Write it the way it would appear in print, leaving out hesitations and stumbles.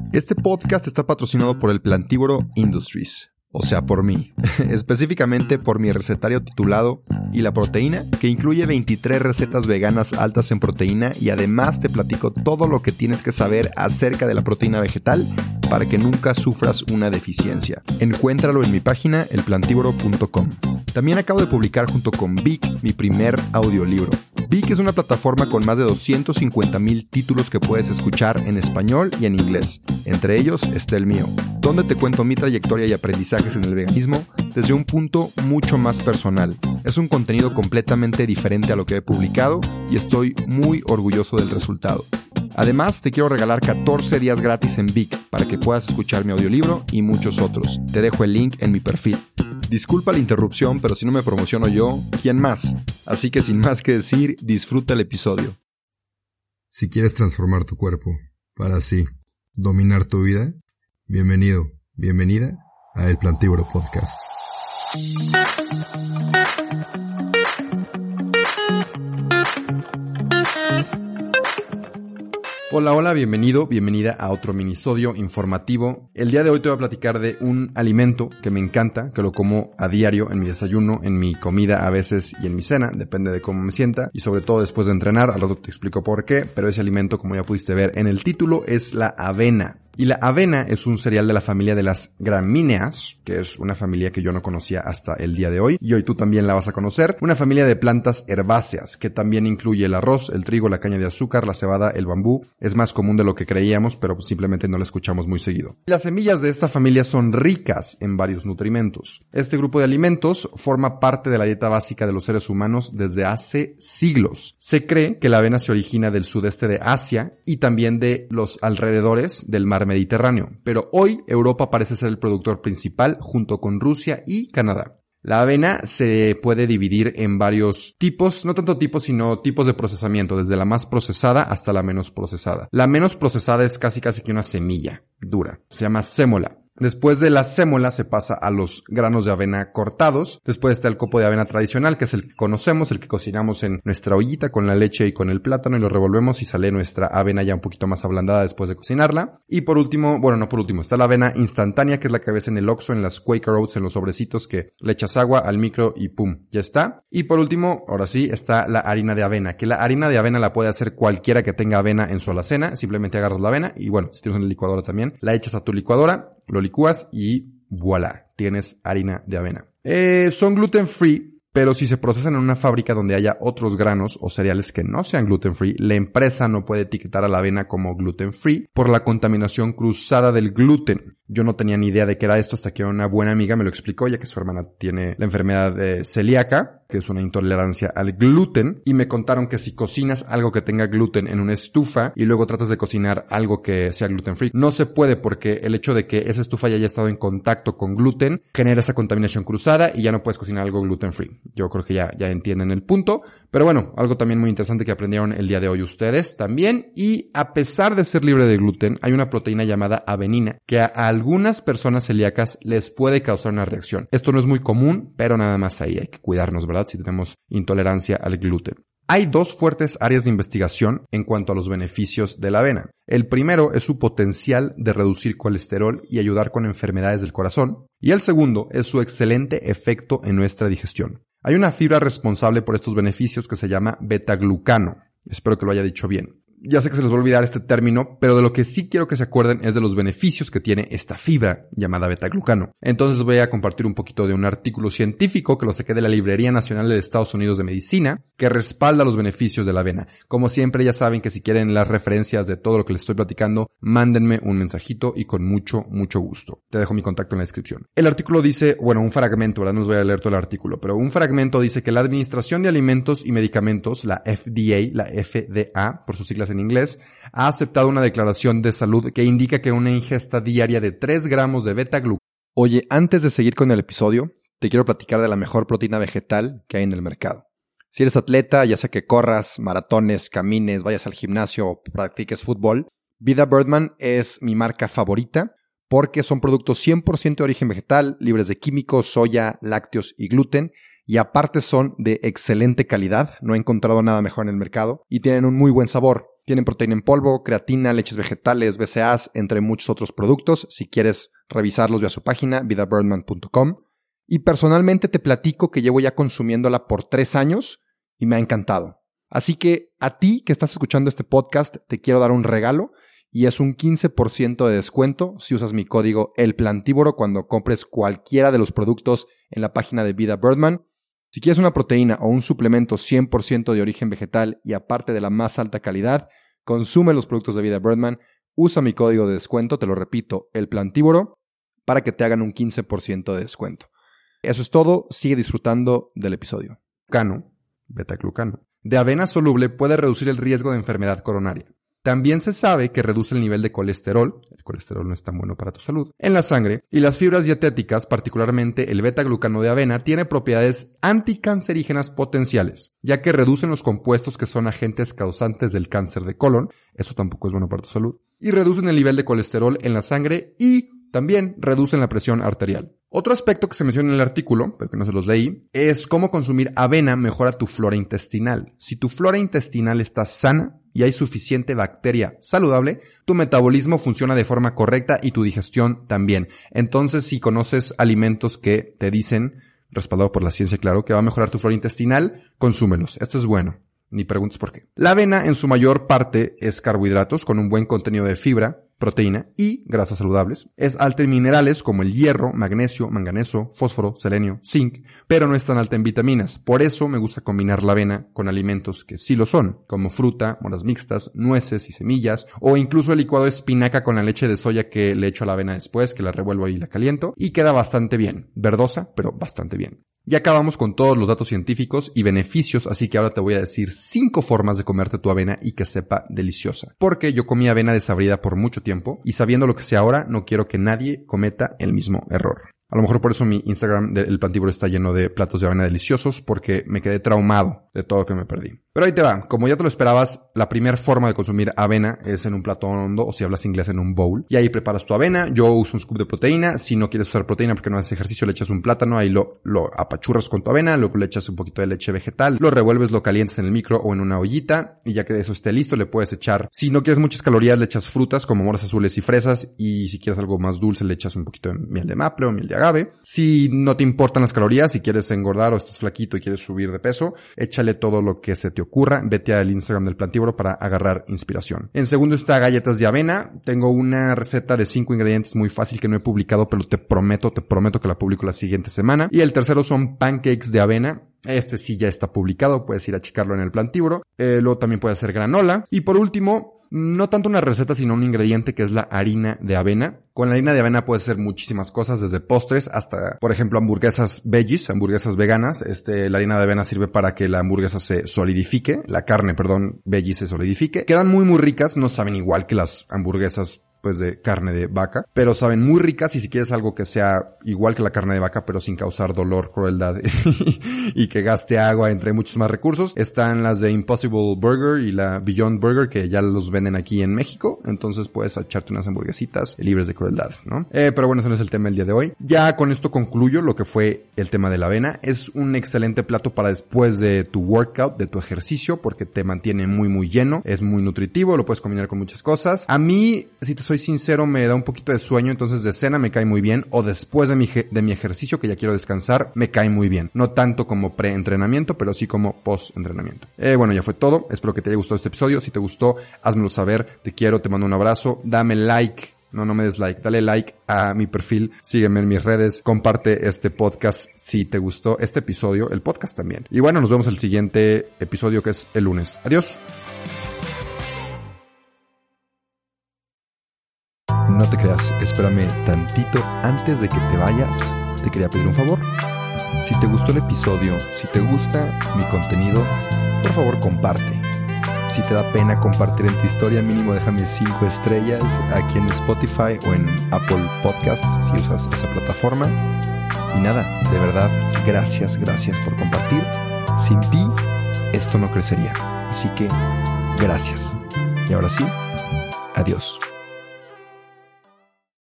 Este podcast está patrocinado por el Plantívoro Industries, o sea, por mí, específicamente por mi recetario titulado "Y la proteína", que incluye 23 recetas veganas altas en proteína y además te platico todo lo que tienes que saber acerca de la proteína vegetal para que nunca sufras una deficiencia. Encuéntralo en mi página elplantívoro.com. También acabo de publicar junto con Vic mi primer audiolibro. Vic es una plataforma con más de 250,000 títulos que puedes escuchar en español y en inglés. Entre ellos está el mío, donde te cuento mi trayectoria y aprendizajes en el veganismo desde un punto mucho más personal. Es un contenido completamente diferente a lo que he publicado y estoy muy orgulloso del resultado. Además, te quiero regalar 14 días gratis en Vic para que puedas escuchar mi audiolibro y muchos otros. Te dejo el link en mi perfil. Disculpa la interrupción, pero si no me promociono yo, ¿quién más? Así que sin más que decir, disfruta el episodio. Si quieres transformar tu cuerpo para así dominar tu vida, bienvenida a El Plantívoro Podcast. Hola, bienvenida a otro minisodio informativo. El día de hoy te voy a platicar de un alimento que me encanta, que lo como a diario en mi desayuno, en mi comida a veces y en mi cena, depende de cómo me sienta, y sobre todo después de entrenar. Al rato te explico por qué, pero ese alimento, como ya pudiste ver en el título, es la avena. Y la avena es un cereal de la familia de las gramíneas, que es una familia que yo no conocía hasta el día de hoy, y hoy tú también la vas a conocer. Una familia de plantas herbáceas, que también incluye el arroz, el trigo, la caña de azúcar, la cebada, el bambú. Es más común de lo que creíamos, pero simplemente no la escuchamos muy seguido. Las semillas de esta familia son ricas en varios nutrimentos. Este grupo de alimentos forma parte de la dieta básica de los seres humanos desde hace siglos. Se cree que la avena se origina del sudeste de Asia y también de los alrededores del mar Mediterráneo, pero hoy Europa parece ser el productor principal junto con Rusia y Canadá. La avena se puede dividir en varios tipos, no tanto tipos, sino tipos de procesamiento, desde la más procesada hasta la menos procesada. La menos procesada es casi que una semilla dura, se llama sémola. Después de la sémola se pasa a los granos de avena cortados. Después está el copo de avena tradicional, que es el que conocemos, el que cocinamos en nuestra ollita con la leche y con el plátano y lo revolvemos y sale nuestra avena ya un poquito más ablandada después de cocinarla. Y por último, está la avena instantánea, que es la que ves en el Oxxo, en las Quaker Oats, en los sobrecitos que le echas agua al micro y pum, ya está. Y por último, ahora sí, está la harina de avena, que la harina de avena la puede hacer cualquiera que tenga avena en su alacena. Simplemente agarras la avena y si tienes una licuadora también, la echas a tu licuadora, lo licúas y voilà, tienes harina de avena. Son gluten free, pero si se procesan en una fábrica donde haya otros granos o cereales que no sean gluten free, la empresa no puede etiquetar a la avena como gluten free por la contaminación cruzada del gluten. Yo no tenía ni idea de qué era esto hasta que una buena amiga me lo explicó, ya que su hermana tiene la enfermedad de celíaca, que es una intolerancia al gluten, y me contaron que si cocinas algo que tenga gluten en una estufa y luego tratas de cocinar algo que sea gluten free, no se puede porque el hecho de que esa estufa ya haya estado en contacto con gluten genera esa contaminación cruzada y ya no puedes cocinar algo gluten free. Yo creo que ya entienden el punto, pero bueno, algo también muy interesante que aprendieron el día de hoy ustedes también, y a pesar de ser libre de gluten, hay una proteína llamada avenina que a algunas personas celíacas les puede causar una reacción. Esto no es muy común, pero nada más ahí hay que cuidarnos, ¿verdad? Si tenemos intolerancia al gluten. Hay dos fuertes áreas de investigación en cuanto a los beneficios de la avena. El primero es su potencial de reducir colesterol y ayudar con enfermedades del corazón. Y el segundo es su excelente efecto en nuestra digestión. Hay una fibra responsable por estos beneficios que se llama betaglucano. Espero que lo haya dicho bien. Ya sé que se les va a olvidar este término, pero de lo que sí quiero que se acuerden es de los beneficios que tiene esta fibra llamada betaglucano. Entonces les voy a compartir un poquito de un artículo científico que lo saqué de la Librería Nacional de Estados Unidos de Medicina, que respalda los beneficios de la avena. Como siempre, ya saben que si quieren las referencias de todo lo que les estoy platicando, mándenme un mensajito y con mucho gusto. Te dejo mi contacto en la descripción. El artículo dice, un fragmento, ¿verdad? No les voy a leer todo el artículo, pero un fragmento dice que la Administración de Alimentos y Medicamentos, la FDA, por sus siglas en inglés, ha aceptado una declaración de salud que indica que una ingesta diaria de 3 gramos de betaglucano. Oye, antes de seguir con el episodio, te quiero platicar de la mejor proteína vegetal que hay en el mercado. Si eres atleta, ya sea que corras, maratones, camines, vayas al gimnasio o practiques fútbol, Vida Birdman es mi marca favorita porque son productos 100% de origen vegetal, libres de químicos, soya, lácteos y gluten, y aparte son de excelente calidad, no he encontrado nada mejor en el mercado, y tienen un muy buen sabor. Tienen proteína en polvo, creatina, leches vegetales, BCAAs, entre muchos otros productos. Si quieres revisarlos, ve a su página, vidabirdman.com. Y personalmente te platico que llevo ya consumiéndola por 3 años y me ha encantado. Así que a ti que estás escuchando este podcast, te quiero dar un regalo y es un 15% de descuento si usas mi código ELPLANTÍVORO cuando compres cualquiera de los productos en la página de Vida Birdman. Si quieres una proteína o un suplemento 100% de origen vegetal y aparte de la más alta calidad, consume los productos de Vida Birdman, usa mi código de descuento, te lo repito, ELPLANTÍVORO, para que te hagan un 15% de descuento. Eso es todo, sigue disfrutando del episodio. Beta-glucano, de avena soluble puede reducir el riesgo de enfermedad coronaria. También se sabe que reduce el nivel de colesterol, el colesterol no es tan bueno para tu salud, en la sangre, y las fibras dietéticas, particularmente el beta-glucano de avena, tiene propiedades anticancerígenas potenciales, ya que reducen los compuestos que son agentes causantes del cáncer de colon, eso tampoco es bueno para tu salud, y reducen el nivel de colesterol en la sangre y también reducen la presión arterial. Otro aspecto que se menciona en el artículo, pero que no se los leí, es cómo consumir avena mejora tu flora intestinal. Si tu flora intestinal está sana y hay suficiente bacteria saludable, tu metabolismo funciona de forma correcta y tu digestión también. Entonces, si conoces alimentos que te dicen, respaldado por la ciencia, claro, que va a mejorar tu flora intestinal, consúmelos. Esto es bueno. Ni preguntes por qué. La avena en su mayor parte es carbohidratos con un buen contenido de fibra, proteína y grasas saludables. Es alta en minerales como el hierro, magnesio, manganeso, fósforo, selenio, zinc, pero no es tan alta en vitaminas. Por eso me gusta combinar la avena con alimentos que sí lo son, como fruta, moras mixtas, nueces y semillas, o incluso el licuado de espinaca con la leche de soya que le echo a la avena después, que la revuelvo y la caliento, y queda bastante bien. Verdosa, pero bastante bien. Ya acabamos con todos los datos científicos y beneficios, así que ahora te voy a decir 5 formas de comerte tu avena y que sepa deliciosa. Porque yo comí avena desabrida por mucho tiempo y sabiendo lo que sé ahora, no quiero que nadie cometa el mismo error. A lo mejor por eso mi Instagram del Plantívoro está lleno de platos de avena deliciosos, porque me quedé traumado de todo lo que me perdí. Pero ahí te va, como ya te lo esperabas, la primera forma de consumir avena es en un plato hondo, o si hablas inglés en un bowl. Y ahí preparas tu avena, yo uso un scoop de proteína, si no quieres usar proteína porque no haces ejercicio, le echas un plátano, ahí lo apachurras con tu avena, luego le echas un poquito de leche vegetal, lo revuelves, lo calientas en el micro o en una ollita, y ya que eso esté listo, le puedes echar, si no quieres muchas calorías, le echas frutas como moras azules y fresas, y si quieres algo más dulce, le echas un poquito de miel de maple o miel de agave. Si no te importan las calorías, si quieres engordar o estás flaquito y quieres subir de peso, échale todo lo que se te ocurra. Vete al Instagram del Plantívoro para agarrar inspiración. En segundo está galletas de avena. Tengo una receta de 5 ingredientes muy fácil que no he publicado, pero te prometo que la publico la siguiente semana. Y el tercero son pancakes de avena. Este sí ya está publicado, puedes ir a checarlo en el Plantívoro. Luego también puedes hacer granola. Y por último, no tanto una receta, sino un ingrediente que es la harina de avena. Con la harina de avena puedes hacer muchísimas cosas, desde postres hasta, por ejemplo, hamburguesas veggies, hamburguesas veganas. La harina de avena sirve para que la hamburguesa se solidifique, veggie se solidifique. Quedan muy muy ricas, no saben igual que las hamburguesas pues de carne de vaca, pero saben muy ricas, y si quieres algo que sea igual que la carne de vaca pero sin causar dolor, crueldad y que gaste agua, entre muchos más recursos, están las de Impossible Burger y la Beyond Burger, que ya los venden aquí en México, entonces puedes echarte unas hamburguesitas libres de crueldad, ¿no? Pero bueno, ese no es el tema del día de hoy. Ya con esto concluyo lo que fue el tema de la avena. Es un excelente plato para después de tu workout, de tu ejercicio, porque te mantiene muy muy lleno, es muy nutritivo, lo puedes combinar con muchas cosas. A mí, si te soy sincero, me da un poquito de sueño, entonces de cena me cae muy bien, o después de mi ejercicio que ya quiero descansar, me cae muy bien. No tanto como pre-entrenamiento, pero sí como post-entrenamiento. Bueno, ya fue todo. Espero que te haya gustado este episodio. Si te gustó, házmelo saber. Te quiero, te mando un abrazo. Dame like. No me des like. Dale like a mi perfil. Sígueme en mis redes. Comparte este podcast si te gustó este episodio, el podcast también. Y bueno, nos vemos el siguiente episodio, que es el lunes. Adiós. No te creas, espérame tantito antes de que te vayas. Te quería pedir un favor. Si te gustó el episodio, si te gusta mi contenido, por favor comparte. Si te da pena compartir en tu historia, mínimo déjame 5 estrellas aquí en Spotify o en Apple Podcasts si usas esa plataforma. Y nada, de verdad, gracias por compartir. Sin ti, esto no crecería. Así que, gracias. Y ahora sí, adiós.